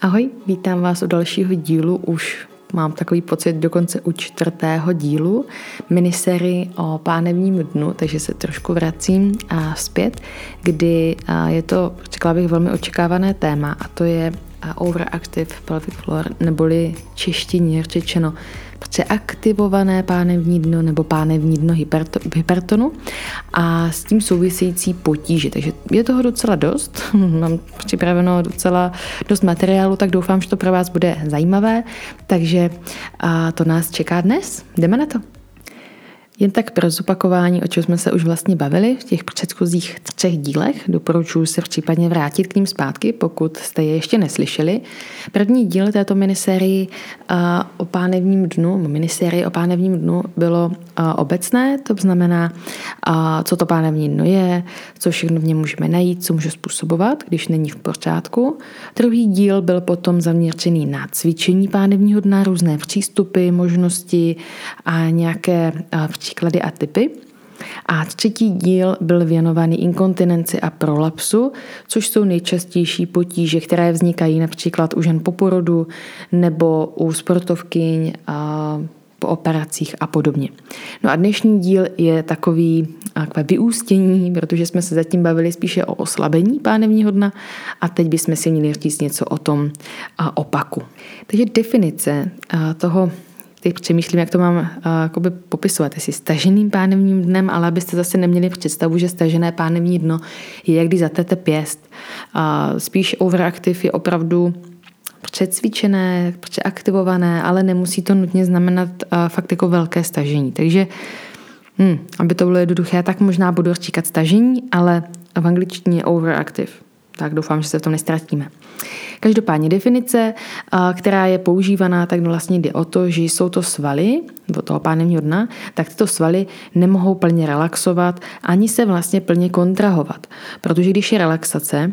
Ahoj, vítám vás u dalšího dílu, už mám takový pocit dokonce u 4. dílu minisérie o pánevním dnu, takže se trošku vracím zpět, kdy je to, řekla bych, velmi očekávané téma a to je overactive pelvic floor, neboli češtině řečeno přeaktivované pánevní dno nebo pánevní dno hypertonu a s tím související potíže. Takže je toho docela dost, mám připraveno docela dost materiálu, tak doufám, že to pro vás bude zajímavé, takže to nás čeká dnes. Jdeme na to. Jen tak pro zopakování, o čem jsme se už vlastně bavili v těch předchozích 3 dílech. Doporučuji se případně vrátit k ním zpátky, pokud jste je ještě neslyšeli. První díl této minisérie o pánevním dnu, minisérie o pánevním dnu bylo obecné, to znamená, co to pánevní dno je, co všechno v něm můžeme najít, co může způsobovat, když není v pořádku. Druhý díl byl potom zaměřený na cvičení pánevního dna, různé přístupy, možnosti a nějaké příklady a typy. A 3. díl byl věnovaný inkontinenci a prolapsu, což jsou nejčastější potíže, které vznikají například u žen po porodu nebo u sportovkyň po operacích a podobně. No a dnešní díl je takové vyústění, protože jsme se zatím bavili spíše o oslabení pánevního dna a teď bychom si měli říct něco o tom opaku. Takže definice toho, teď přemýšlím, jak to mám popisovat, jestli staženým pánevním dnem, ale abyste zase neměli představu, že stažené pánevní dno je, jak když zatete pěst. Spíš overactive je opravdu přecvičené, přeaktivované, ale nemusí to nutně znamenat fakt jako velké stažení. Takže, aby to bylo jednoduché, tak možná budu říkat stažení, ale v angličtině overactive. Tak doufám, že se v tom nestratíme. Každopádně definice, která je používaná, tak vlastně jde o to, že jsou to svaly do toho pánevního dna, tak tyto svaly nemohou plně relaxovat, ani se vlastně plně kontrahovat. Protože když je relaxace,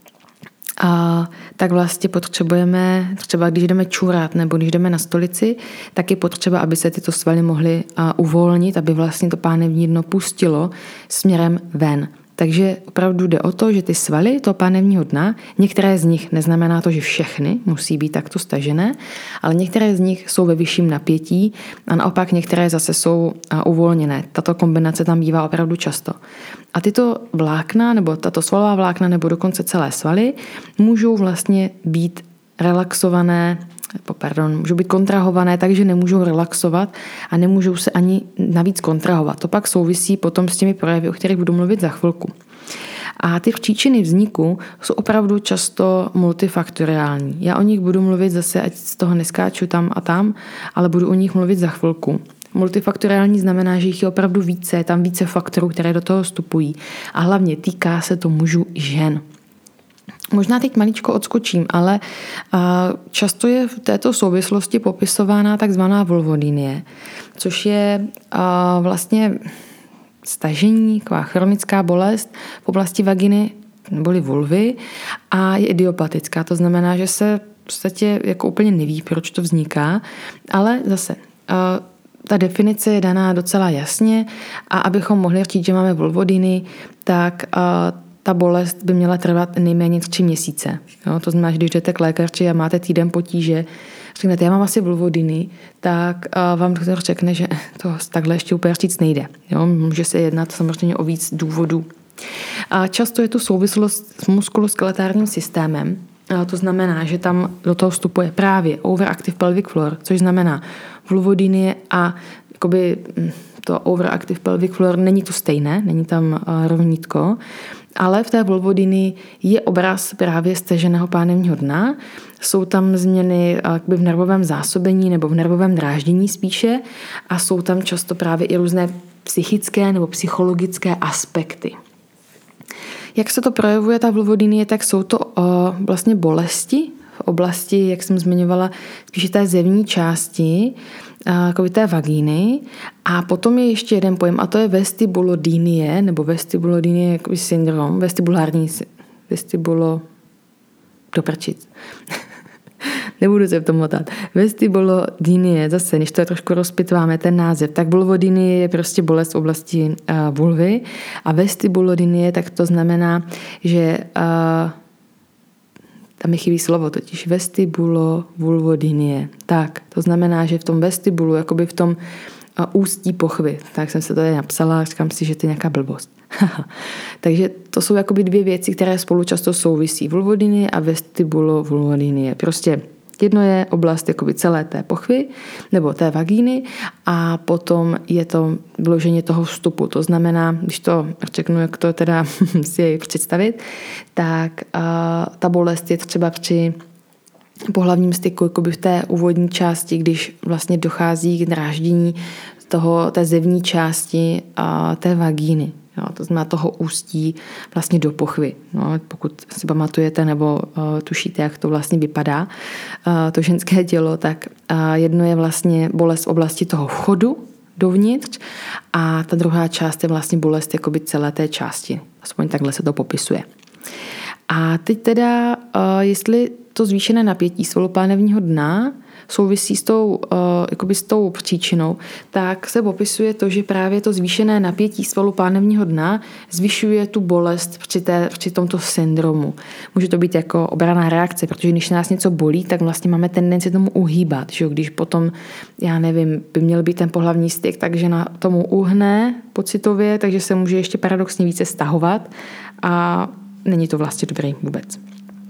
tak vlastně potřebujeme, třeba když jdeme čurat nebo když jdeme na stolici, tak je potřeba, aby se tyto svaly mohly uvolnit, aby vlastně to pánevní dno pustilo směrem ven. Takže opravdu jde o to, že ty svaly toho pánevního dna, některé z nich, neznamená to, že všechny musí být takto stažené, ale některé z nich jsou ve vyšším napětí a naopak některé zase jsou uvolněné. Tato kombinace tam bývá opravdu často. A tyto vlákna, nebo tato svalová vlákna, nebo dokonce celé svaly, můžou vlastně být relaxované, můžou být kontrahované, takže nemůžou relaxovat a nemůžou se ani navíc kontrahovat. To pak souvisí potom s těmi projevy, o kterých budu mluvit za chvilku. A ty příčiny vzniku jsou opravdu často multifaktoriální. Já o nich budu mluvit zase, ať z toho neskáču tam a tam, ale budu o nich mluvit za chvilku. Multifaktoriální znamená, že jich je opravdu více, je tam více faktorů, které do toho vstupují. A hlavně týká se to mužů i žen. Možná teď maličko odskočím, ale často je v této souvislosti popisována takzvaná vulvodynie, což je vlastně stažení, taková chronická bolest v oblasti vaginy neboli vulvy a je idiopatická. To znamená, že se v podstatě jako úplně neví, proč to vzniká, ale zase ta definice je daná docela jasně a abychom mohli říct, že máme vulvodynii, tak ta bolest by měla trvat nejméně 3 měsíce. Jo? To znamená, že když jdete k lékaři a máte týden potíže, řeknete, já mám asi vulvodynii, tak vám doktor řekne, že to takhle ještě úplně říct nejde. Jo? Může se jednat samozřejmě o víc důvodů. A často je tu souvislost s muskuloskeletárním systémem. To znamená, že tam do toho vstupuje právě overactive pelvic floor, což znamená vulvodynie a jakoby to overactive pelvic floor není to stejné, není tam rovnítko, ale v té vulvodynii je obraz právě staženého pánevního dna. Jsou tam změny v nervovém zásobení nebo v nervovém dráždění spíše a jsou tam často právě i různé psychické nebo psychologické aspekty. Jak se to projevuje, ta vulvodynie, tak jsou to vlastně bolesti v oblasti, jak jsem zmiňovala, spíše té zevní části, jako té vagíny. A potom je ještě jeden pojem, a to je vestibulodynie, nebo vestibulodynie jako syndrom, doprčit. Nebudu se v tom motat. Vestibulodynie, zase, když to trošku rozpitváme, ten název, tak vulvodynie je prostě bolest v oblasti vulvy a vestibulodynie, tak to znamená, že tam mi chybí slovo, totiž vestibulovulvodynie. Tak, to znamená, že v tom vestibulu, jakoby v tom ústí pochvy. Tak jsem se to tady napsala, říkám si, že to je nějaká blbost. Takže to jsou jakoby dvě věci, které spolu často souvisí. Vulvodynie a vestibulovulvodynie. Prostě jedno je oblast jakoby celé té pochvy nebo té vagíny a potom je to vložení toho vstupu. To znamená, když to řeknu, jak to teda si jej představit, tak ta bolest je třeba při pohlavním styku, jakoby v té úvodní části, když vlastně dochází k dráždění té zevní části té vagíny. Jo, to znamená toho ústí vlastně do pochvy. No, pokud si pamatujete nebo tušíte, jak to vlastně vypadá, to ženské tělo, tak jedno je vlastně bolest v oblasti toho vchodu dovnitř a ta druhá část je vlastně bolest jakoby celé té části. Aspoň takhle se to popisuje. A teď teda, jestli to zvýšené napětí svalopánevního dna souvisí s tou příčinou, tak se popisuje to, že právě to zvýšené napětí svalu pánevního dna zvyšuje tu bolest při tomto syndromu. Může to být jako obranná reakce, protože když nás něco bolí, tak vlastně máme tendenci tomu uhýbat. Že? Když potom, by měl být ten pohlavní styk, takže na tomu uhne pocitově, takže se může ještě paradoxně více stahovat a není to vlastně dobrý vůbec.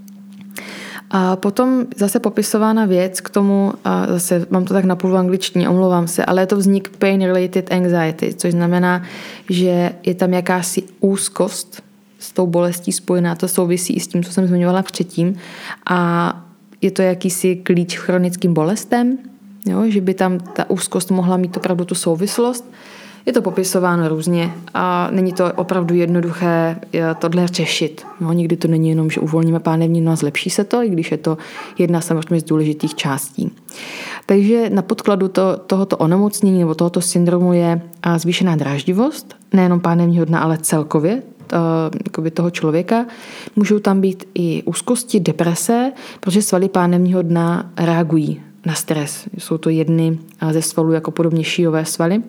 A potom zase popisována věc k tomu, a zase mám to tak napůl v angličtině, omlouvám se, ale je to vznik pain-related anxiety, což znamená, že je tam jakási úzkost s tou bolestí spojená, to souvisí i s tím, co jsem zmiňovala předtím a je to jakýsi klíč k chronickým bolestem, jo, že by tam ta úzkost mohla mít opravdu tu souvislost. Je to popisováno různě a není to opravdu jednoduché tohle řešit. No, nikdy to není jenom, že uvolníme pánevní dno a zlepší se to, i když je to jedna samozřejmě z důležitých částí. Takže na podkladu tohoto onemocnění nebo tohoto syndromu je zvýšená dráždivost, nejenom pánevního dna, ale celkově toho člověka. Můžou tam být i úzkosti, deprese, protože svaly pánevního dna reagují na stres. Jsou to jedny ze svalů jako podobně šíjové svaly.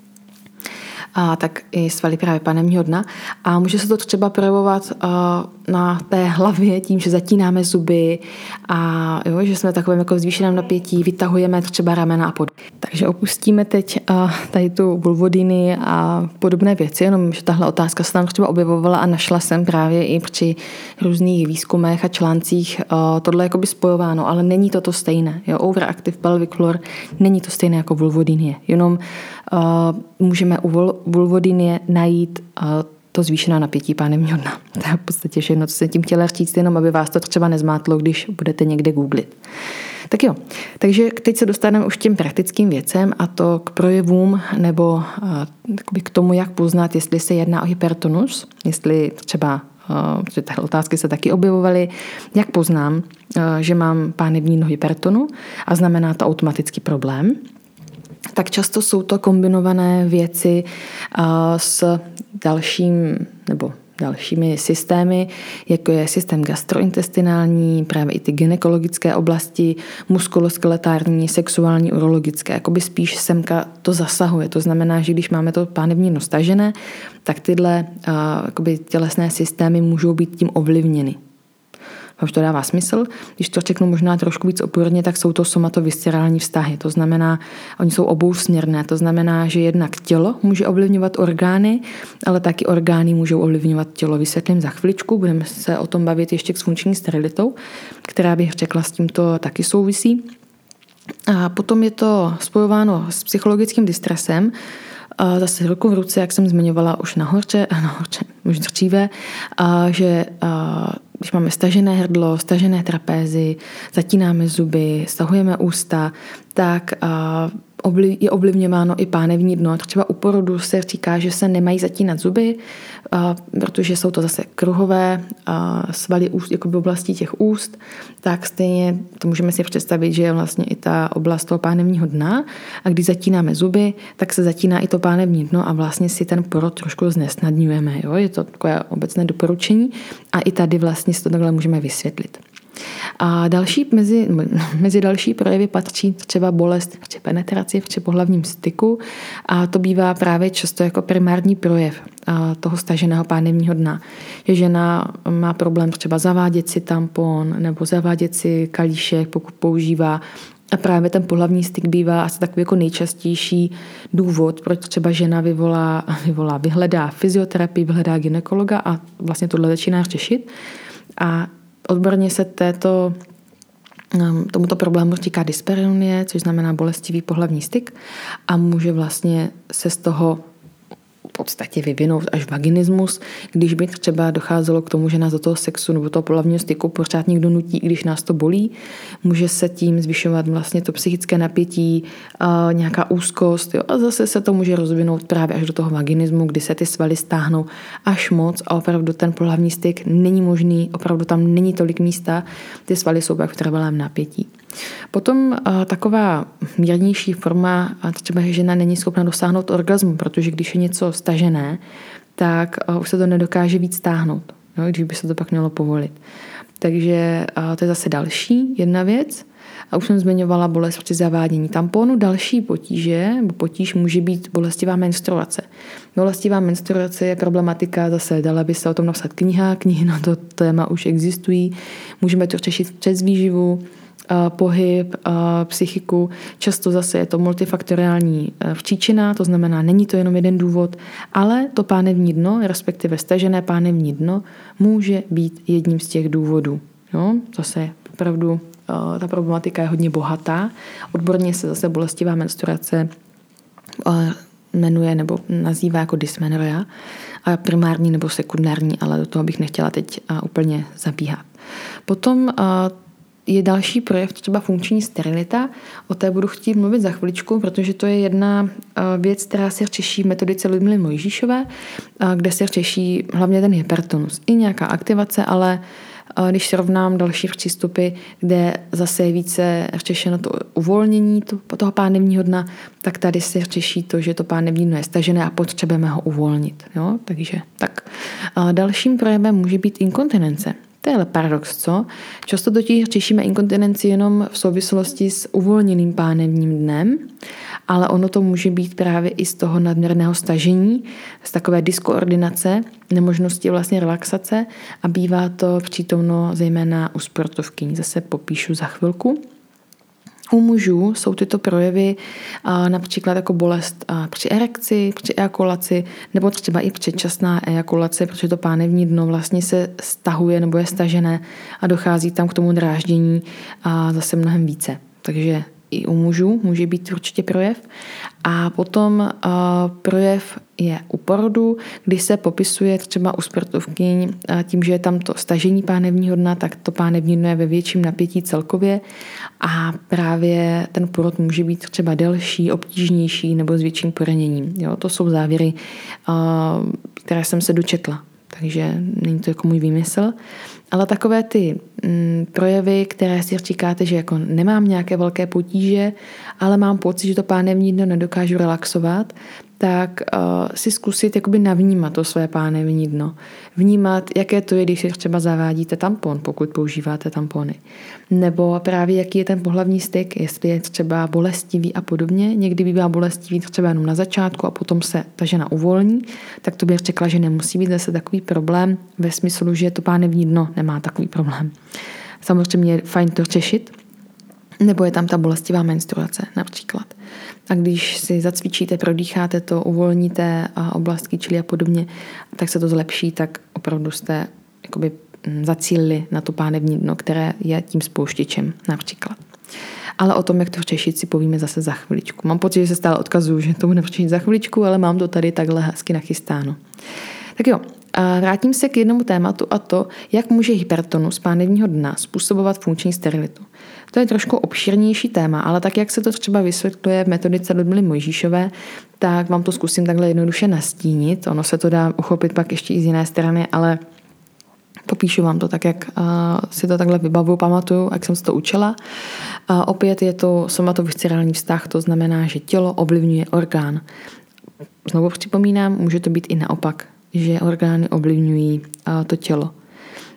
A tak i svaly právě pánevního dna. A může se to třeba projevovat na té hlavě tím, že zatínáme zuby a jo, že jsme takovým jako zvýšeném napětí, vytahujeme třeba ramena a podobně. Takže opustíme teď tady tu vulvodynii a podobné věci, jenom že tahle otázka se tam třeba objevovala a našla jsem právě i při různých výzkumech a článcích tohle jakoby spojováno, ale není to stejné. Jo, overactive pelvic floor není to stejné jako vulvodynie, jenom můžeme u vulvodynie najít to zvýšené napětí pánevního dna. To je v podstatě všechno, co jsem tím chtěla říct, jenom aby vás to třeba nezmátlo, když budete někde googlit. Tak jo, takže teď se dostaneme už k těm praktickým věcem a to k projevům nebo k tomu, jak poznat, jestli se jedná o hypertonus, jestli třeba, protože tyhle otázky se taky objevovaly, jak poznám, že mám pánevní dno hypertonu a znamená to automatický problém. Tak často jsou to kombinované věci s dalšími systémy, jako je systém gastrointestinální, právě i ty gynekologické oblasti, muskuloskeletární, sexuální, urologické. Jakoby spíš semka to zasahuje. To znamená, že když máme to pánevní dno stažené, tak tyhle tělesné systémy můžou být tím ovlivněny. Už to dává smysl. Když to řeknu možná trošku víc oporně, tak jsou to somatoviscerální vztahy. To znamená, oni jsou obousměrné. To znamená, že jednak tělo může ovlivňovat orgány, ale taky orgány můžou ovlivňovat tělo. Vysvětlím za chviličku, budeme se o tom bavit ještě s funkční sterilitou, která bych řekla s tímto taky souvisí. A potom je to spojováno s psychologickým distresem, zase ruku v ruce, jak jsem zmiňovala už nahoře, už dříve, že když máme stažené hrdlo, stažené trapézy, zatínáme zuby, stahujeme ústa, tak je ovlivňováno i pánevní dno. Třeba u porodu se říká, že se nemají zatínat zuby, protože jsou to zase kruhové svaly úst, jako v oblasti těch úst, tak stejně to můžeme si představit, že je vlastně i ta oblast toho pánevního dna a když zatínáme zuby, tak se zatíná i to pánevní dno a vlastně si ten porod trošku znesnadňujeme. Jo? Je to takové obecné doporučení a i tady vlastně si to takhle můžeme vysvětlit. A mezi další projevy patří třeba bolest při penetraci, při pohlavním styku a to bývá právě často jako primární projev toho staženého pánevního dna. Že žena má problém třeba zavádět si tampon nebo zavádět si kalíšek, pokud používá. A právě ten pohlavní styk bývá asi takový jako nejčastější důvod, proč třeba žena vyhledá fyzioterapii, vyhledá gynekologa a vlastně tohle začíná řešit. A odborně se tomuto problému říká dyspareunie, což znamená bolestivý pohlavní styk a může vlastně se z toho v podstatě vyvinout až vaginismus, když by třeba docházelo k tomu, že nás do toho sexu nebo toho pohlavního styku pořád někdo nutí, i když nás to bolí. Může se tím zvyšovat vlastně to psychické napětí, nějaká úzkost, jo? A zase se to může rozvinout právě až do toho vaginismu, kdy se ty svaly stáhnou až moc a opravdu ten pohlavní styk není možný, opravdu tam není tolik místa, ty svaly jsou pak v trvalém napětí. Potom taková mírnější forma, třeba že žena není schopna dosáhnout orgazmu, protože když je něco stažené, tak už se to nedokáže víc stáhnout, no, když by se to pak mělo povolit. Takže to je zase další jedna věc. A už jsem zmiňovala bolest při zavádění tamponu. Další potíž může být bolestivá menstruace. Bolestivá menstruace je problematika, zase dala by se o tom napsat knihy na to téma už existují. Můžeme to řešit přes výživu, pohyb, psychiku. Často zase je to multifaktoriální příčina, to znamená, není to jenom jeden důvod, ale to pánevní dno, respektive stažené pánevní dno, může být jedním z těch důvodů. Jo? Zase opravdu ta problematika je hodně bohatá. Odborně se zase bolestivá menstruace jmenuje nebo nazývá jako dysmenorrhea, a primární nebo sekundární, ale do toho bych nechtěla teď úplně zabíhat. Potom je další projev, třeba funkční sterilita. O té budu chtít mluvit za chviličku, protože to je jedna věc, která se řeší v metodice Ludmily Mojžíšové, kde se řeší hlavně ten hypertonus. I nějaká aktivace, ale když srovnám další přístupy, kde zase je více řešeno to uvolnění toho pánevního dna, tak tady se řeší to, že to pánevní dno je stažené a potřebujeme ho uvolnit. Jo? Takže tak. Dalším projevem může být inkontinence. To je ale paradox, co? Často totiž řešíme inkontinenci jenom v souvislosti s uvolněným pánevním dnem, ale ono to může být právě i z toho nadměrného stažení, z takové diskoordinace, nemožnosti vlastně relaxace a bývá to přítomno zejména u sportovkyní. Zase popíšu za chvilku. U mužů jsou tyto projevy například jako bolest při erekci, při ejakulaci nebo třeba i předčasná ejakulace, protože to pánevní dno vlastně se stahuje nebo je stažené a dochází tam k tomu dráždění zase mnohem více. Takže i u mužů může být určitě projev. A potom projev je u porodu, kdy se popisuje třeba u sportovkyň tím, že je tam to stažení pánevního dna, tak to pánevní dno je ve větším napětí celkově a právě ten porod může být třeba delší, obtížnější nebo s větším poraněním. Jo, to jsou závěry, které jsem se dočetla. Takže není to jako můj výmysl. Ale takové ty projevy, které si říkáte, že jako nemám nějaké velké potíže, ale mám pocit, že to pánevní dno nedokážu relaxovat, tak si zkusit jakoby navnímat to své pánevní dno. Vnímat, jaké to je, když si třeba zavádíte tampon, pokud používáte tampony. Nebo právě jaký je ten pohlavní styk, jestli je třeba bolestivý a podobně. Někdy bývá bolestivý třeba jenom na začátku a potom se ta žena uvolní, tak to bych řekla, že nemusí být zase takový problém ve smyslu, že to pánevní dno nemá takový problém. Samozřejmě je fajn to řešit, nebo je tam ta bolestivá menstruace například. A když si zacvičíte, prodýcháte to, uvolníte oblast kyčlí a podobně, tak se to zlepší, tak opravdu jste jakoby zacílili na to pánevní dno, které je tím spouštěčem například. Ale o tom, jak to řešit, si povíme zase za chviličku. Mám pocit, že se stále odkazuju, že to budeme řešit za chviličku, ale mám to tady takhle hezky nachystáno. Tak jo, vrátím se k jednomu tématu a to, jak může hypertonus pánevního dna způsobovat funkční sterilitu. To je trošku obšírnější téma, ale tak, jak se to třeba vysvětluje v metodice Ludmily Mojžíšové, tak vám to zkusím takhle jednoduše nastínit. Ono se to dá uchopit pak ještě i z jiné strany, ale popíšu vám to tak, jak si to takhle vybavuju, pamatuju, jak jsem se to učila. Opět je to somatoviscerální vztah, to znamená, že tělo ovlivňuje orgán. Znovu připomínám, může to být i naopak, že orgány ovlivňují to tělo.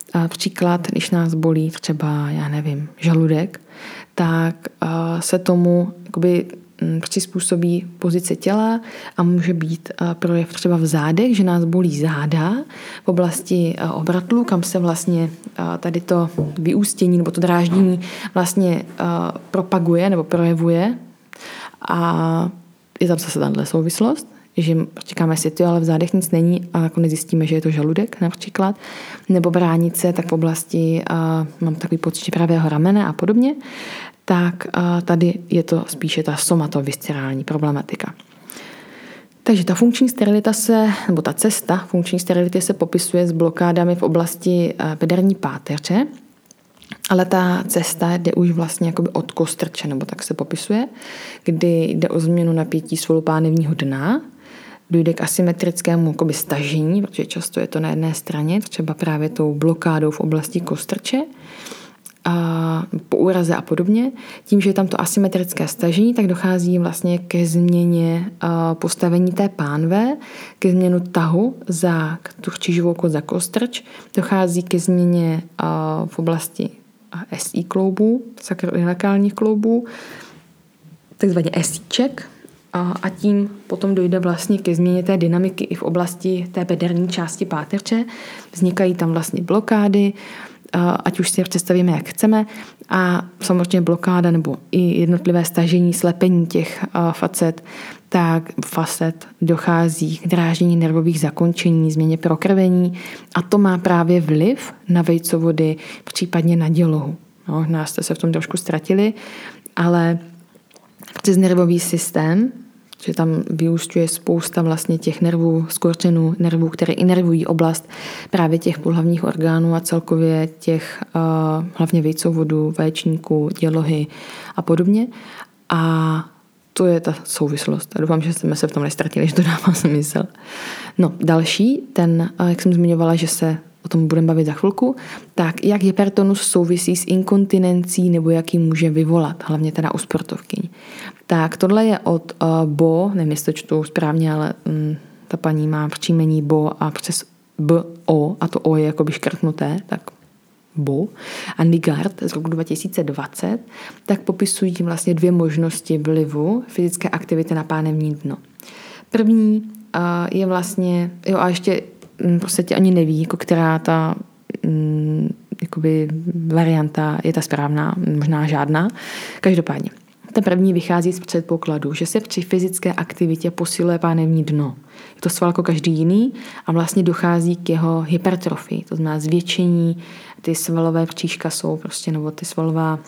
Příklad, když nás bolí třeba, já nevím, žaludek, tak se tomu jakoby přizpůsobí pozice těla a může být projev třeba v zádech, že nás bolí záda v oblasti obratlu, kam se vlastně tady to vyústění nebo to dráždění vlastně propaguje nebo projevuje. A je tam zase tato souvislost, že říkáme si to, ale v zádech nic není a nakonec zjistíme, že je to žaludek například, nebo bránice, tak v oblasti mám takový pocit pravého ramene a podobně, tak tady je to spíše ta somatoviscerální problematika. Takže ta funkční sterilita nebo ta cesta funkční sterility se popisuje s blokádami v oblasti bederní páteře, ale ta cesta jde už vlastně jakoby od kostrče, nebo tak se popisuje, kdy jde o změnu napětí svalu pánevního dna, dojde k asymetrickému jakoby stažení, protože často je to na jedné straně, třeba právě tou blokádou v oblasti kostrče, po úraze a podobně. Tím, že je tam to asymetrické stažení, tak dochází vlastně ke změně postavení té pánve, ke změnu tahu za tu křížovou kost za kostrč, dochází ke změně v oblasti SI kloubů, sakroiliakálních kloubů, takzvaně SIček, a tím potom dojde vlastně ke změně té dynamiky i v oblasti té bederní části páteře. Vznikají tam vlastně blokády, ať už si je představíme, jak chceme, a samozřejmě blokáda nebo i jednotlivé stažení, slepení těch facet dochází k dráždění nervových zakončení, změně prokrvení a to má právě vliv na vejcovody, případně na dělohu. No, nás jste se v tom trošku ztratili, ale přes nervový systém, že tam vyúsťuje spousta vlastně těch nervů, skorčenů nervů, které inervují oblast právě těch pohlavních orgánů a celkově těch hlavně vejcovodů, vaječníků, dělohy a podobně. A to je ta souvislost. A doufám, že jsme se v tom nestratili, že to dává smysl. No, další, ten, jak jsem zmiňovala, že se o tom budeme bavit za chvilku, tak jak hypertonus souvisí s inkontinencí nebo jak ji může vyvolat, hlavně teda u sportovkyň. Tak tohle je od Bo, nevím, jestli to čtu správně, ale ta paní má příjmení Bo a přes B-O, a to O je jakoby škrtnuté, tak Bo a Nygard z roku 2020, tak popisují vlastně dvě možnosti vlivu fyzické aktivity na pánevní dno. První je vlastně, a ještě prostě ani neví, jako která ta jakoby varianta je ta správná, možná žádná. Každopádně. Ta první vychází z předpokladu, že se při fyzické aktivitě posiluje pánevní dno. Je to sval jako každý jiný a vlastně dochází k jeho hypertrofii, to znamená zvětšení, ty svalové příška jsou prostě, nebo ty svalová,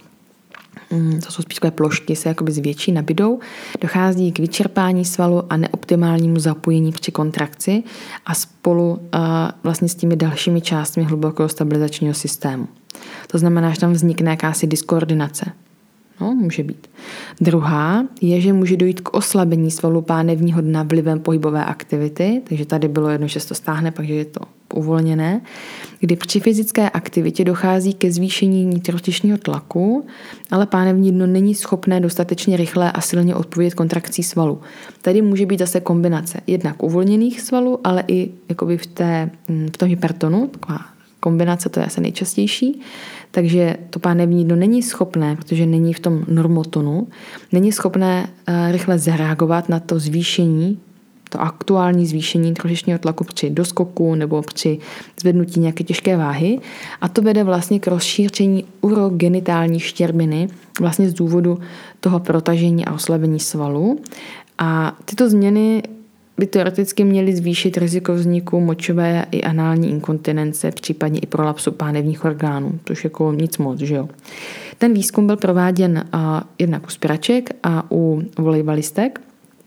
to jsou spíš takové plošky, se jakoby zvětší, nabydou, dochází k vyčerpání svalu a neoptimálnímu zapojení při kontrakci a spolu vlastně s těmi dalšími částmi hlubokého stabilizačního systému. To znamená, že tam vznikne jakási diskoordinace. No, může být. Druhá je, že může dojít k oslabení svalu pánevního dna vlivem pohybové aktivity, takže tady bylo jedno, že se to stáhne, pak je to uvolněné, kdy při fyzické aktivitě dochází ke zvýšení nitrotičního tlaku, ale pánevní dno není schopné dostatečně rychle a silně odpovědět kontrakcí svalu. Tady může být zase kombinace jednak uvolněných svalů, ale i jakoby v tom hypertonu, taková kombinace, to je asi nejčastější. Takže to pánevní dno není schopné, protože není v tom normotonu, není schopné rychle zareagovat na to zvýšení, to aktuální zvýšení nitrotičního tlaku při doskoku nebo při zvednutí nějaké těžké váhy. A to vede vlastně k rozšíření urogenitální štěrbiny vlastně z důvodu toho protažení a oslabení svalu. A tyto změny by teoreticky měly zvýšit riziko vzniku močové i anální inkontinence, případně i prolapsu pánevních orgánů, což jako nic moc, že jo. Ten výzkum byl prováděn jednak u spěraček a u volejbalistek,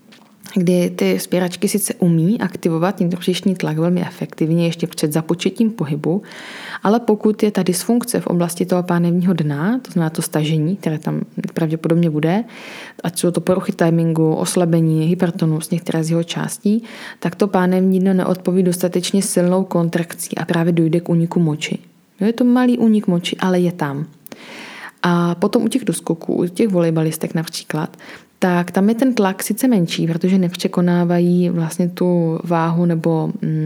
kdy ty spěračky sice umí aktivovat nitrotiční tlak velmi efektivně ještě před započetím pohybu, ale pokud je ta dysfunkce v oblasti toho pánevního dna, to znamená to stažení, které tam pravděpodobně bude, ať jsou to poruchy timingu, oslabení, hypertonus, některé z jeho částí, tak to pánevní dno neodpoví dostatečně silnou kontrakcí a právě dojde k úniku moči. Je to malý únik moči, ale je tam. A potom u těch doskoků, u těch volejbalistek například, tak tam je ten tlak sice menší, protože nepřekonávají vlastně tu váhu nebo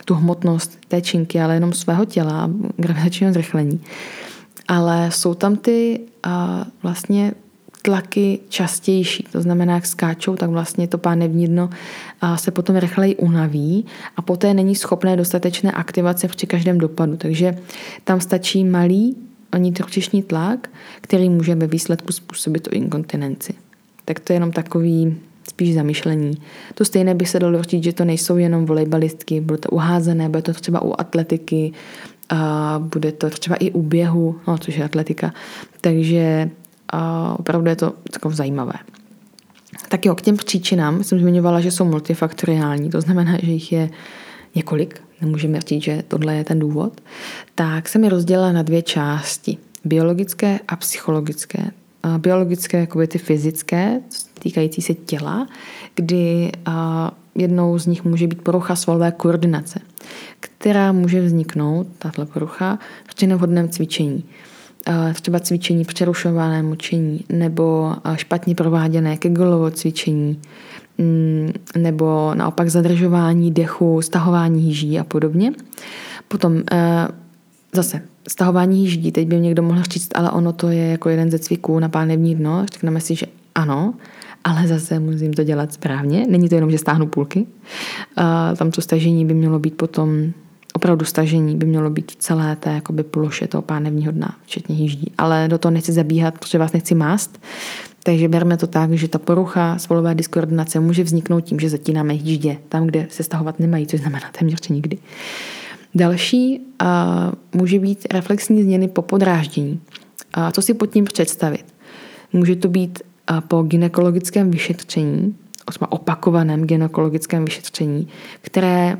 tu hmotnost té činky, ale jenom svého těla a gravitačního zrychlení. Ale jsou tam ty vlastně tlaky častější. To znamená, jak skáčou, tak vlastně to pánevní dno se potom rychleji unaví a poté není schopné dostatečné aktivace při každém dopadu. Takže tam stačí malý nitročišní tlak, který může ve výsledku způsobit tu inkontinenci. Tak to je jenom takový spíš zamyšlení. To stejné by se dalo říct, že to nejsou jenom volejbalistky, bude to uházené, bude to třeba u atletiky, bude to třeba i u běhu, což je atletika. Takže opravdu je to takové zajímavé. Tak jo, k těm příčinám jsem zmiňovala, že jsou multifaktoriální, to znamená, že jich je několik, nemůžeme říct, že tohle je ten důvod, tak jsem je rozdělila na 2 části, biologické a psychologické. Biologické, jakoby ty fyzické, týkající se těla, kdy jednou z nich může být porucha svalové koordinace, která může vzniknout, tato porucha, při nevhodném cvičení. Třeba cvičení přerušované močení nebo špatně prováděné Kegelovo cvičení nebo naopak zadržování dechu, stahování hýždí a podobně. Potom zase stahování hýždí, teď by někdo mohl říct, ale ono to je jako jeden ze cviků na pánevní dno. Řekneme si, že ano, ale zase musím to dělat správně. Není to jenom, že stáhnu půlky. Tam to stažení by mělo být potom opravdu stažení by mělo být celé té jakoby ploše toho pánevního dna, včetně hýždí. Ale do toho nechci zabíhat, protože vás nechci mást. Takže berme to tak, že ta porucha svalové dyskoordinace může vzniknout tím, že zatínáme hýždě, tam, kde se stahovat nemají, což znamená téměř nikdy. Další může být reflexní změny po podráždění. Co si pod tím představit? Může to být po gynekologickém vyšetření, opakovaném gynekologickém vyšetření, které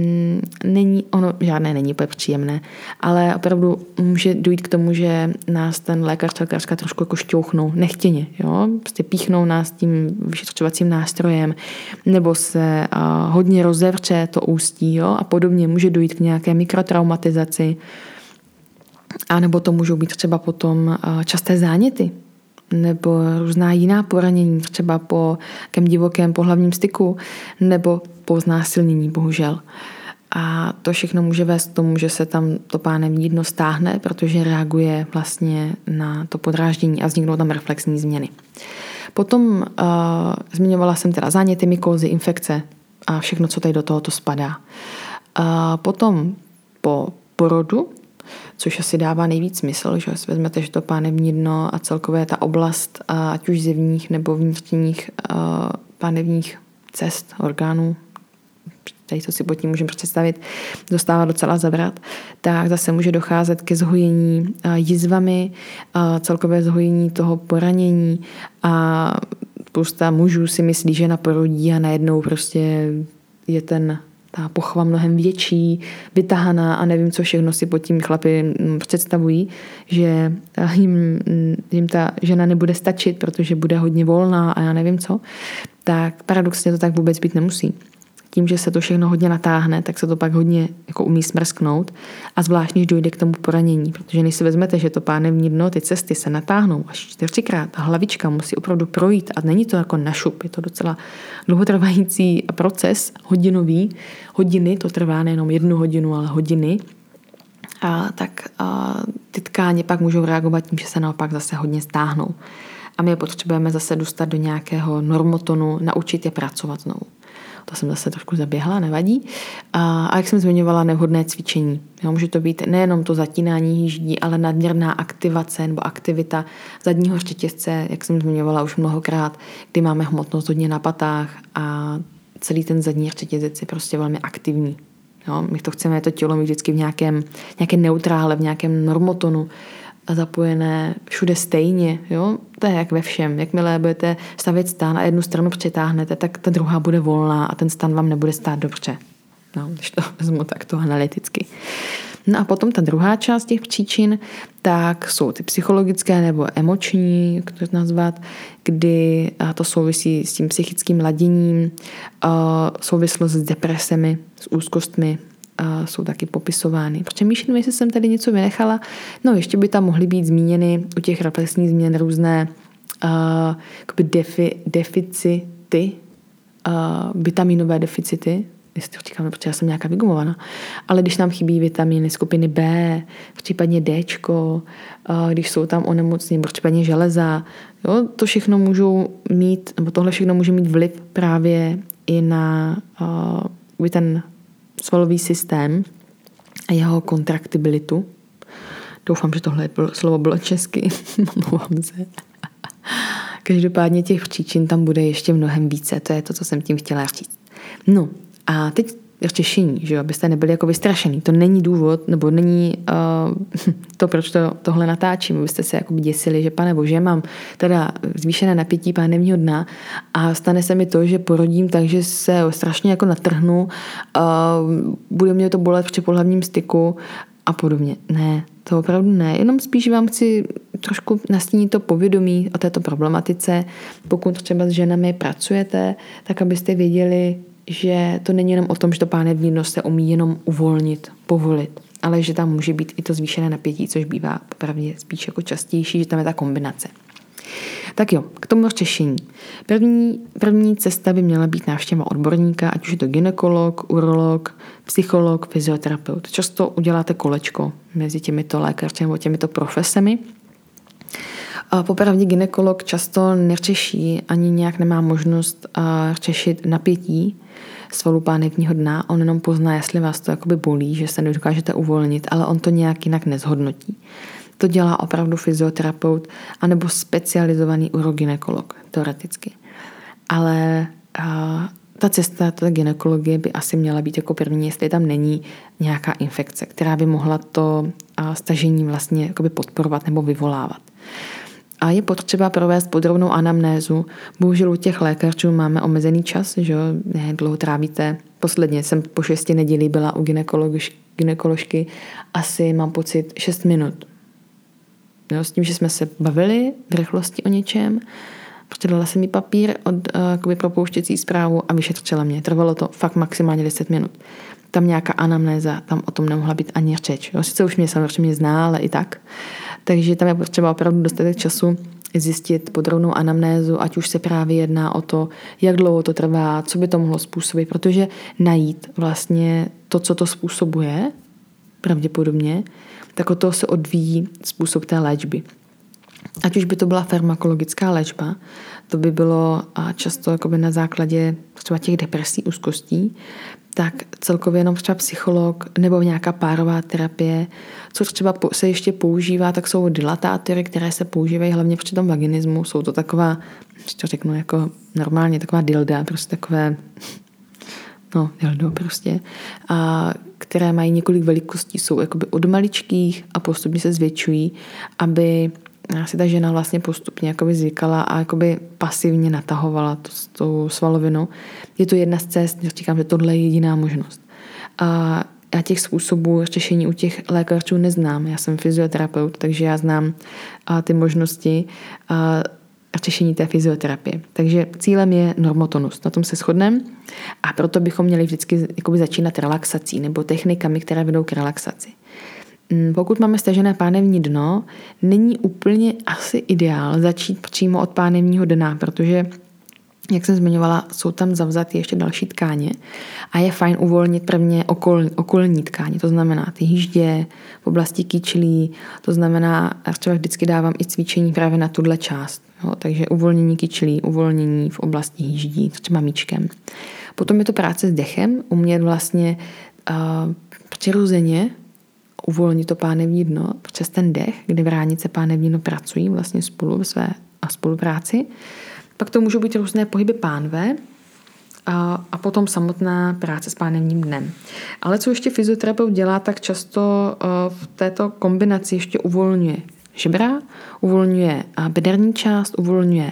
žádné není úplně příjemné, ale opravdu může dojít k tomu, že nás ten lékařka trošku jako šťouchnou nechtěně, jo? Prostě píchnou nás tím vyšetřovacím nástrojem, nebo se hodně rozevře to ústí, jo? A podobně může dojít k nějaké mikrotraumatizaci, a nebo to můžou být třeba potom časté záněty, nebo různá jiná poranění, třeba po jakém divokém pohlavním styku, nebo po znásilnění, bohužel. A to všechno může vést k tomu, že se tam to pánevní dno stáhne, protože reaguje vlastně na to podráždění a vzniknou tam reflexní změny. Potom zmiňovala jsem teda záněty, mykózy, infekce a všechno, co tady do tohoto spadá. Potom po porodu, což asi dává nejvíc smysl, že si vezmete, že to pánevní dno a celkově ta oblast, ať už zevních nebo vnitřních pánevních cest, orgánů, tady co si pod tím můžeme představit, dostává docela zabrat, tak zase může docházet ke zhojení jizvami, celkové zhojení toho poranění a spousta mužů si myslí, že na porodí a najednou prostě je ta pochva mnohem větší, vytahaná a nevím, co všechno si pod tím chlapi představují, že jim ta žena nebude stačit, protože bude hodně volná a já nevím co, tak paradoxně to tak vůbec být nemusí. Tím, že se to všechno hodně natáhne, tak se to pak hodně jako umí smrsknout a zvlášť, když dojde k tomu poranění, protože než si vezmete, že to pánevní dno, ty cesty se natáhnou až 4krát, ta hlavička musí opravdu projít a není to jako na šup, je to docela dlouhotrvající proces, hodiny, to trvá nejenom 1 hodinu, ale hodiny, tak ty tkáně pak můžou reagovat tím, že se naopak zase hodně stáhnou. A my je potřebujeme zase dostat do nějakého normotonu, naučit je pracovat znovu. To jsem zase trošku zaběhla, nevadí. A jak jsem zmiňovala, nevhodné cvičení. Jo, může to být nejenom to zatínání hýždí, ale nadměrná aktivace nebo aktivita zadního řetězce, jak jsem zmiňovala už mnohokrát, kdy máme hmotnost hodně na patách a celý ten zadní řetězec je prostě velmi aktivní. Jo, my to chceme to tělo mít vždycky v nějaké neutrále, v nějakém normotonu, zapojené všude stejně. Jo? To je jak ve všem. Jakmile budete stavět stán a jednu stranu přitáhnete, tak ta druhá bude volná a ten stan vám nebude stát dobře. No, když to vezmu takto analyticky. No a potom ta druhá část těch příčin, tak jsou ty psychologické nebo emoční, jak to nazvat, kdy to souvisí s tím psychickým laděním, souvislost s depresemi, s úzkostmi, jsou taky popisovány. Přemýšlím, jestli jsem tady něco vynechala. No, ještě by tam mohly být zmíněny u těch reflexních změn různé deficity, vitaminové deficity, jestli to říkám, protože já jsem nějaká vygumovaná, ale když nám chybí vitamíny skupiny B, případně Dčko, když jsou tam onemocnění, případně železa, jo, to všechno můžou mít, nebo tohle všechno může mít vliv právě i na ten svalový systém a jeho kontraktibilitu. Doufám, že tohle slovo bylo česky. Omlouvám se. Každopádně těch příčin tam bude ještě mnohem více. To je to, co jsem tím chtěla říct. No a teď řešení, že jo, abyste nebyli jako vystrašený. To není důvod, nebo není to, proč tohle natáčím. Abyste se jako děsili, že pane bože, mám teda zvýšené napětí pánevního dna a stane se mi to, že porodím, takže se strašně jako natrhnu, bude mě to bolet při pohlavním styku a podobně. Ne, to opravdu ne. Jenom spíš vám chci trošku nastínit to povědomí o této problematice. Pokud třeba s ženami pracujete, tak abyste věděli, že to není jenom o tom, že to pánevní dno se umí jenom uvolnit, povolit, ale že tam může být i to zvýšené napětí, což bývá opravdu spíš jako častější, že tam je ta kombinace. Tak jo, k tomu řešení. První cesta by měla být návštěva odborníka, ať už je to gynekolog, urolog, psycholog, fyzioterapeut. Často uděláte kolečko mezi těmito lékaři nebo těmito profesemi. Popravdě gynekolog často neřeší ani nějak nemá možnost řešit napětí svalu pánevního dna. On jenom pozná, jestli vás to jakoby bolí, že se nedokážete uvolnit, ale on to nějak jinak nezhodnotí. To dělá opravdu fyzioterapeut anebo specializovaný urogynekolog, teoreticky. Ale ta cesta té gynekologie by asi měla být jako první, jestli tam není nějaká infekce, která by mohla to stažení vlastně jakoby podporovat nebo vyvolávat. A je potřeba provést podrobnou anamnézu. Bohužel u těch lékařů máme omezený čas, že dlouho trávíte. Posledně jsem po 6 nedělí byla u gynekoložky asi, mám pocit, 6 minut. Jo, s tím, že jsme se bavili v rychlosti o něčem, dala jsem jí papír od propouštěcí zprávu a vyšetřila mě. Trvalo to fakt maximálně 10 minut. Tam nějaká anamnéza, tam o tom nemohla být ani řeč. Jo, sice už mě samozřejmě zná, ale i tak. Takže tam je potřeba opravdu dostatek času zjistit podrobnou anamnézu, ať už se právě jedná o to, jak dlouho to trvá, co by to mohlo způsobit, protože najít vlastně to, co to způsobuje, pravděpodobně, tak od toho se odvíjí způsob té léčby. Ať už by to byla farmakologická léčba, to by bylo často jakoby na základě třeba těch depresí, úzkostí, tak celkově jenom třeba psycholog nebo nějaká párová terapie, co třeba se ještě používá, tak jsou dilatátory, které se používají hlavně při tom vaginismu. Jsou to taková, to řeknu jako normálně, taková dilda, prostě takové, dildo prostě, které mají několik velikostí, jsou jakoby od maličkých a postupně se zvětšují, aby si ta žena vlastně postupně jakoby zvykala a jakoby pasivně natahovala tu svalovinu. Je to jedna z cest, říkám, že tohle je jediná možnost. A já těch způsobů řešení u těch lékařů neznám. Já jsem fyzioterapeut, takže já znám ty možnosti řešení té fyzioterapie. Takže cílem je normotonus. Na tom se shodneme a proto bychom měli vždycky jakoby začínat relaxací nebo technikami, které vedou k relaxaci. Pokud máme stažené pánevní dno, není úplně asi ideál začít přímo od pánevního dna, protože, jak jsem zmiňovala, jsou tam zavzaty ještě další tkáně a je fajn uvolnit prvně okolní tkáně, to znamená ty hýždě, v oblasti kyčlí, to znamená, třeba vždycky dávám i cvičení právě na tuhle část, jo, takže uvolnění kyčlí, uvolnění v oblasti hýždí, třeba míčkem. Potom je to práce s dechem, umět vlastně přirozeně uvolnit to pánevní dno přes ten dech, kde vrátnice pánevní dno pracují vlastně spolu ve své spolupráci. Pak to můžou být různé pohyby pánve a potom samotná práce s pánevním dnem. Ale co ještě fyzioterapeut dělá, tak často v této kombinaci ještě uvolňuje žebra, uvolňuje bederní část, uvolňuje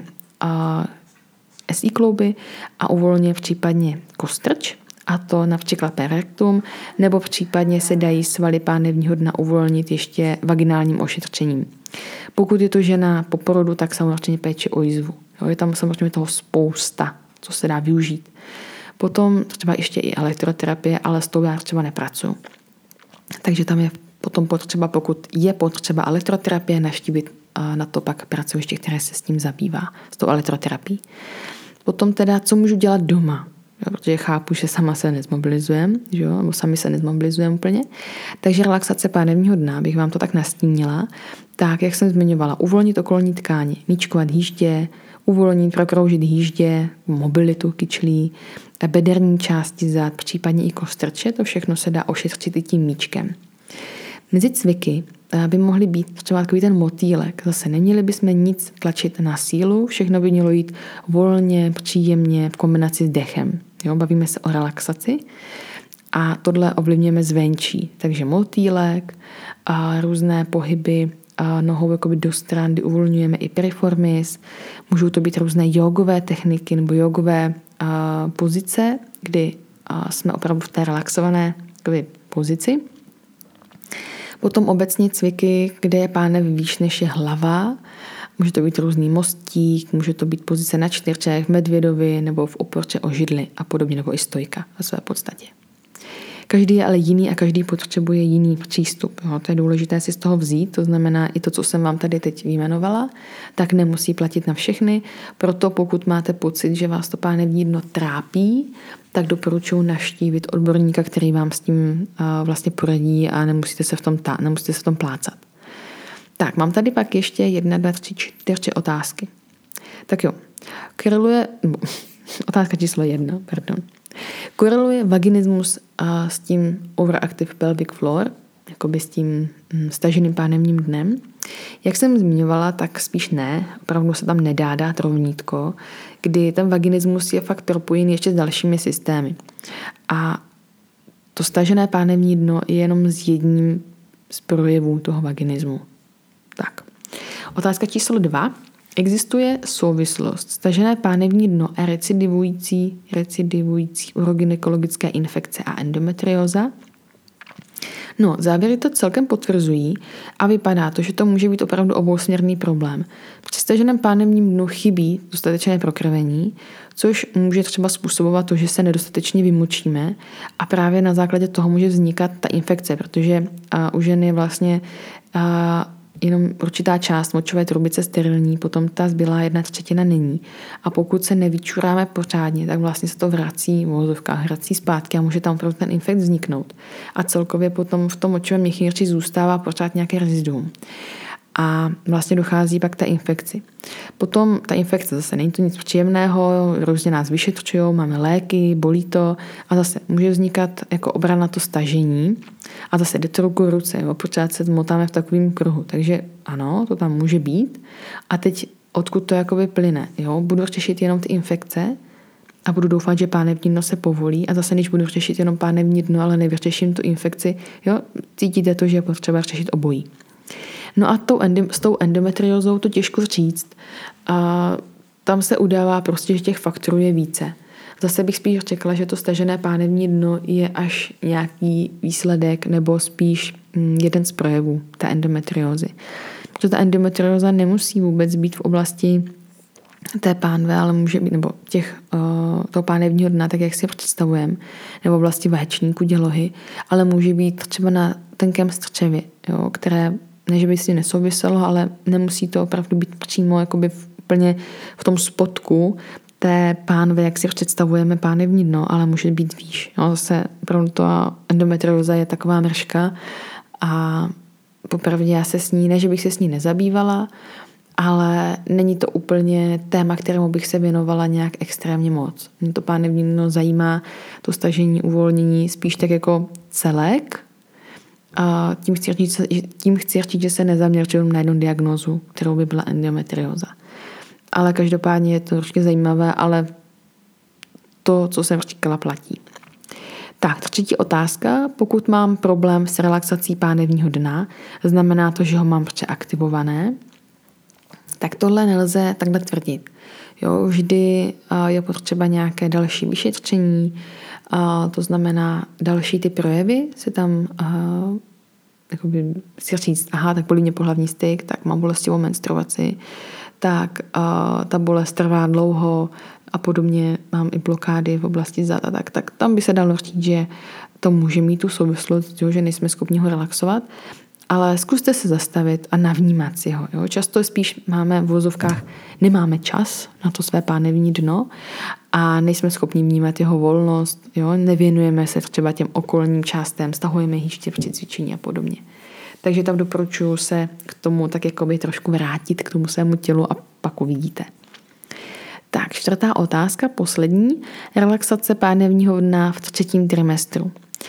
SI klouby a uvolňuje případně kostrč, a to například perektum, nebo případně se dají svaly pánevního dna uvolnit ještě vaginálním ošetřením. Pokud je to žena po porodu, tak samozřejmě péče o jizvu. Jo, je tam samozřejmě toho spousta, co se dá využít. Potom třeba ještě i elektroterapie, ale s tou já třeba nepracuju. Takže tam je potom potřeba, pokud je potřeba elektroterapie, navštívit na to pak pracoviště, které se s tím zabývá, s tou elektroterapií. Potom teda, co můžu dělat doma? protože chápu, že sama se nezmobilizujeme, nebo sami se nezmobilizujeme úplně. Takže relaxace pánevního dna, bych vám to tak nastínila, tak, jak jsem zmiňovala, uvolnit okolní tkáně, míčkovat hýždě, uvolnit, prokroužit hýždě, mobilitu kyčlí, bederní části zad, případně i kostrče, to všechno se dá ošetřit i tím míčkem. Mezi cviky by mohly být třeba takový ten motýlek. Zase neměli bychom nic tlačit na sílu, všechno by mělo jít volně, příjemně, v kombinaci s dechem. Bavíme se o relaxaci a tohle ovlivňujeme zvenčí. Takže motýlek, a různé pohyby a nohou jakoby do stran, kdy uvolňujeme i piriformis. Můžou to být různé jogové techniky nebo jogové pozice, kdy jsme opravdu v té relaxované pozici. Potom obecně cviky, kde je pánev výš než je hlava. Může to být různý mostík, může to být pozice na čtyřčech, v medvědovi nebo v oporče o židli a podobně, nebo i stojka ve své podstatě. Každý je ale jiný a každý potřebuje jiný přístup. To je důležité si z toho vzít, to znamená i to, co jsem vám tady teď vyjmenovala, tak nemusí platit na všechny. Proto pokud máte pocit, že vás to pánevní dno trápí, tak doporučuji navštívit odborníka, který vám s tím vlastně poradí a nemusíte se v tom plácat. Tak, mám tady pak ještě 1, 2, 3, 4 otázky. Tak jo, otázka číslo 1, pardon. Koreluje vaginismus s tím overactive pelvic floor, jakoby s tím staženým pánevním dnem. Jak jsem zmiňovala, tak spíš ne, opravdu se tam nedá dát rovnítko, kdy ten vaginismus je fakt propojený ještě s dalšími systémy. A to stažené pánevní dno je jenom z jedním z projevů toho vaginismu. Tak. Otázka číslo 2. Existuje souvislost stažené pánevní dno a recidivující urogynekologické infekce a endometrióza? No, závěry to celkem potvrzují a vypadá to, že to může být opravdu obousměrný problém. Při staženém pánevním dnu chybí dostatečné prokrvení, což může třeba způsobovat to, že se nedostatečně vymočíme a právě na základě toho může vznikat ta infekce, protože u žen je vlastně jenom určitá část močové trubice sterilní, potom ta zbylá 1/3 není. A pokud se nevyčuráme pořádně, tak vlastně se to vrací zpátky a může tam opravdu ten infekt vzniknout. A celkově potom v tom močovém měchýři zůstává pořád nějaké reziduum. A vlastně dochází pak k té infekci. Potom ta infekce zase není to nic příjemného, různě nás vyšetřují, máme léky, bolí to a zase může vznikat jako obrana na to stažení a zase jde to ruku v ruce, pořád se motáme v takovém kruhu. Takže ano, to tam může být. A teď odkud to jakoby plyne? Budu řešit jenom ty infekce a budu doufat, že pánevní dno se povolí a zase když budu řešit jenom pánevní dno, ale nevyřeším tu infekci, cítíte to, že je potřeba řešit obojí. No a s tou endometriózou to těžko říct. A tam se udává prostě, že těch faktorů je více. Zase bych spíš řekla, že to stažené pánevní dno je až nějaký výsledek nebo spíš jeden z projevů té endometriózy. Protože ta endometrióza nemusí vůbec být v oblasti té pánve, ale může být, nebo toho pánevního dna, tak jak si představujeme, nebo v oblasti vaječníku, dělohy, ale může být třeba na tenkém střevě, které ne, že by si nesouviselo, ale nemusí to opravdu být přímo jakoby úplně v tom spodku té pánve, jak si představujeme pánevní dno, ale může být výš. Zase opravdu to endometrióza je taková mrška a popravdě já se s ní, ne, že bych se s ní nezabývala, ale není to úplně téma, kterému bych se věnovala nějak extrémně moc. Mě to pánevní dno zajímá, to stažení, uvolnění, spíš tak jako celek. A tím chci říct, že se nezaměřuju na jednu diagnózu, kterou by byla endometrióza. Ale každopádně je to určitě zajímavé, ale to, co jsem říkala, platí. Tak, třetí otázka. Pokud mám problém s relaxací pánevního dna, znamená to, že ho mám přeaktivované, tak tohle nelze takhle tvrdit. Vždy je potřeba nějaké další vyšetření, to znamená další ty projevy se tam jakoby si říct, tak bolí mě pohlavní styk, tak mám bolestivou menstruaci, tak ta bolest trvá dlouho a podobně, mám i blokády v oblasti zad a tak tam by se dalo říct, že to může mít tu souvislost, že nejsme schopni ho relaxovat, ale zkuste se zastavit a navnímat si ho. Jo? Často spíš máme v vozovkách, nemáme čas na to své pánevní dno a nejsme schopni vnímat jeho volnost, jo? Nevěnujeme se třeba těm okolním částem, stahujeme hýště při cvičení a podobně. Takže tam doporučuji se k tomu tak jakoby trošku vrátit k tomu svému tělu a pak uvidíte. Tak, 4. otázka, poslední. Relaxace pánevního dna v 3. trimestru.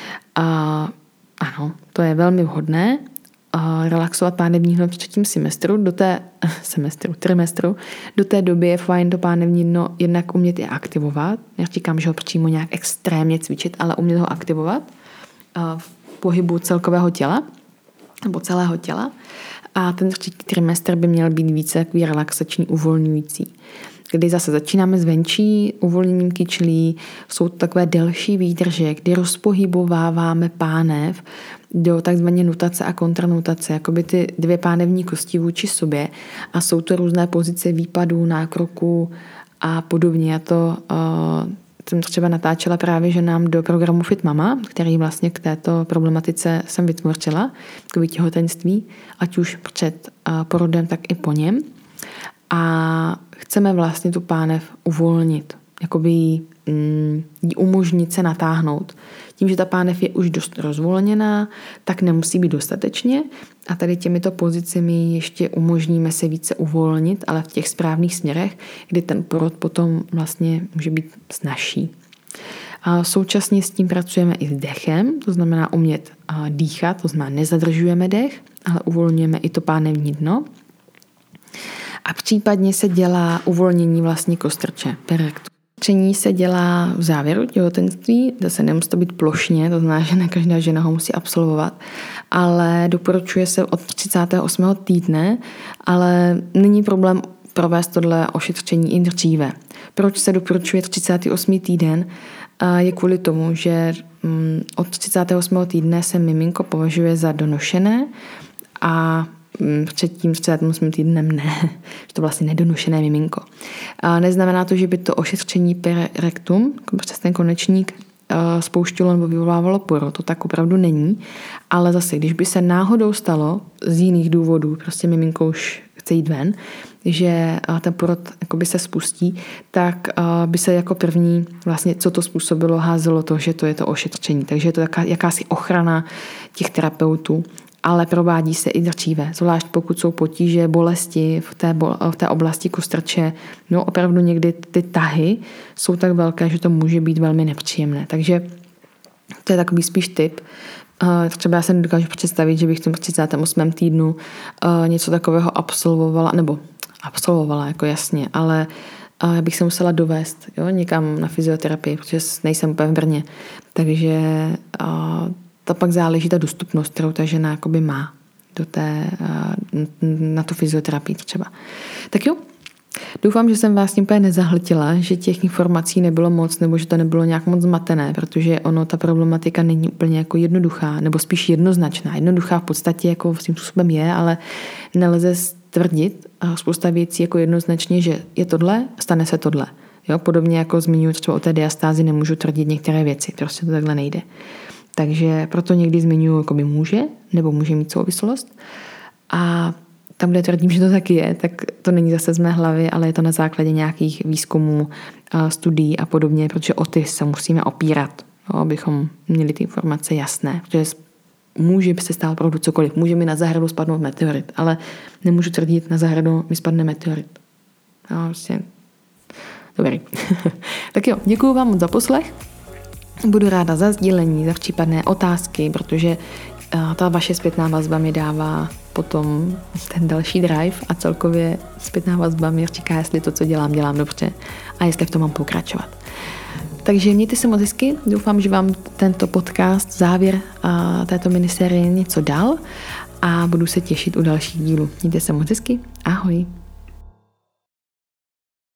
Ano, to je velmi vhodné. Relaxovat pánevní dno v 3. trimestru. Do té doby je fajn to pánevní dno jednak umět i aktivovat. Neříkám, že ho přímo nějak extrémně cvičit, ale umět ho aktivovat v pohybu celkového těla nebo celého těla. A ten 3. trimestr by měl být více takový relaxační, uvolňující. Kdy zase začínáme zvenčí uvolněním kyčlí, jsou to takové delší výdrže, kdy rozpohybováváme pánev do takzvané nutace a kontranutace, jakoby ty 2 pánevní kosti vůči sobě a jsou to různé pozice výpadů, nákroků a podobně. Já to jsem třeba natáčela právě ženám do programu Fit Mama, který vlastně k této problematice jsem vytvořila, k těhotenství, ať už před porodem, tak i po něm. A chceme vlastně tu pánev uvolnit, jakoby jí umožnit se natáhnout. Tím, že ta pánev je už dost rozvolněná, tak nemusí být dostatečně a tady těmito pozicemi ještě umožníme se více uvolnit, ale v těch správných směrech, kdy ten porod potom vlastně může být snazší. A současně s tím pracujeme i s dechem, to znamená umět dýchat, to znamená nezadržujeme dech, ale uvolňujeme i to pánevní dno. A případně se dělá uvolnění vlastní kostrče, perektu. Cvičení se dělá v závěru těhotenství, zase nemusí to být plošně, to znamená, že ne každá žena ho musí absolvovat, ale doporučuje se od 38. týdne, ale není problém provést tohle ošetření i dříve. Proč se doporučuje 38. týden? Je kvůli tomu, že od 38. týdne se miminko považuje za donošené a před tím 38. týdnem ne, že to vlastně nedonošené miminko. A neznamená to, že by to ošetření per rectum, přes ten konečník, spouštilo nebo vyvolávalo porod, to tak opravdu není, ale zase, když by se náhodou stalo z jiných důvodů, prostě miminko už chce jít ven, že ten porod jakoby se spustí, tak by se jako první vlastně, co to způsobilo, házelo to, že to je to ošetření. Takže je to jakási ochrana těch terapeutů, ale provádí se i dříve, zvlášť pokud jsou potíže, bolesti v té oblasti kostrče. No opravdu někdy ty tahy jsou tak velké, že to může být velmi nepříjemné. Takže to je takový spíš tip. Třeba já se nedokážu představit, že bych v tom 38. týdnu něco takového absolvovala, jako jasně, ale já bych se musela dovést někam na fyzioterapii, protože nejsem úplně v Brně. Takže to pak záleží ta dostupnost, kterou ta žena jakoby má na tu fyzioterapii třeba. Tak jo, doufám, že jsem vás tím úplně nezahltila, že těch informací nebylo moc, nebo že to nebylo nějak moc zmatené, protože ta problematika není úplně jako jednoduchá, nebo spíš jednoznačná. Jednoduchá v podstatě jako svým způsobem je, ale nelze stvrdit spousta věcí jako jednoznačně, že je tohle, stane se tohle. Jo, podobně jako zmiňuji třeba o té diastázi, nemůžu tvrdit některé věci, prostě to takhle nejde. Takže proto někdy zmiňuji, jako by může mít souvislost. A tam, kde tvrdím, že to taky je, tak to není zase z mé hlavy, ale je to na základě nějakých výzkumů, studií a podobně, protože o ty se musíme opírat, abychom měli ty informace jasné. Protože může by se stát opravdu cokoliv. Může mi na zahradu spadnout meteorit, ale nemůžu tvrdit, na zahradu mi spadne meteorit. Vlastně. Dobrý. Tak jo, děkuju vám moc za poslech. Budu ráda za sdílení, za případné otázky, protože ta vaše zpětná vazba mi dává potom ten další drive a celkově zpětná vazba mi říká, jestli to, co dělám dobře a jestli v tom mám pokračovat. Takže mějte se moc hezky, doufám, že vám tento podcast, závěr této minisérie něco dal a budu se těšit u dalších dílů. Mějte se moc hezky, ahoj.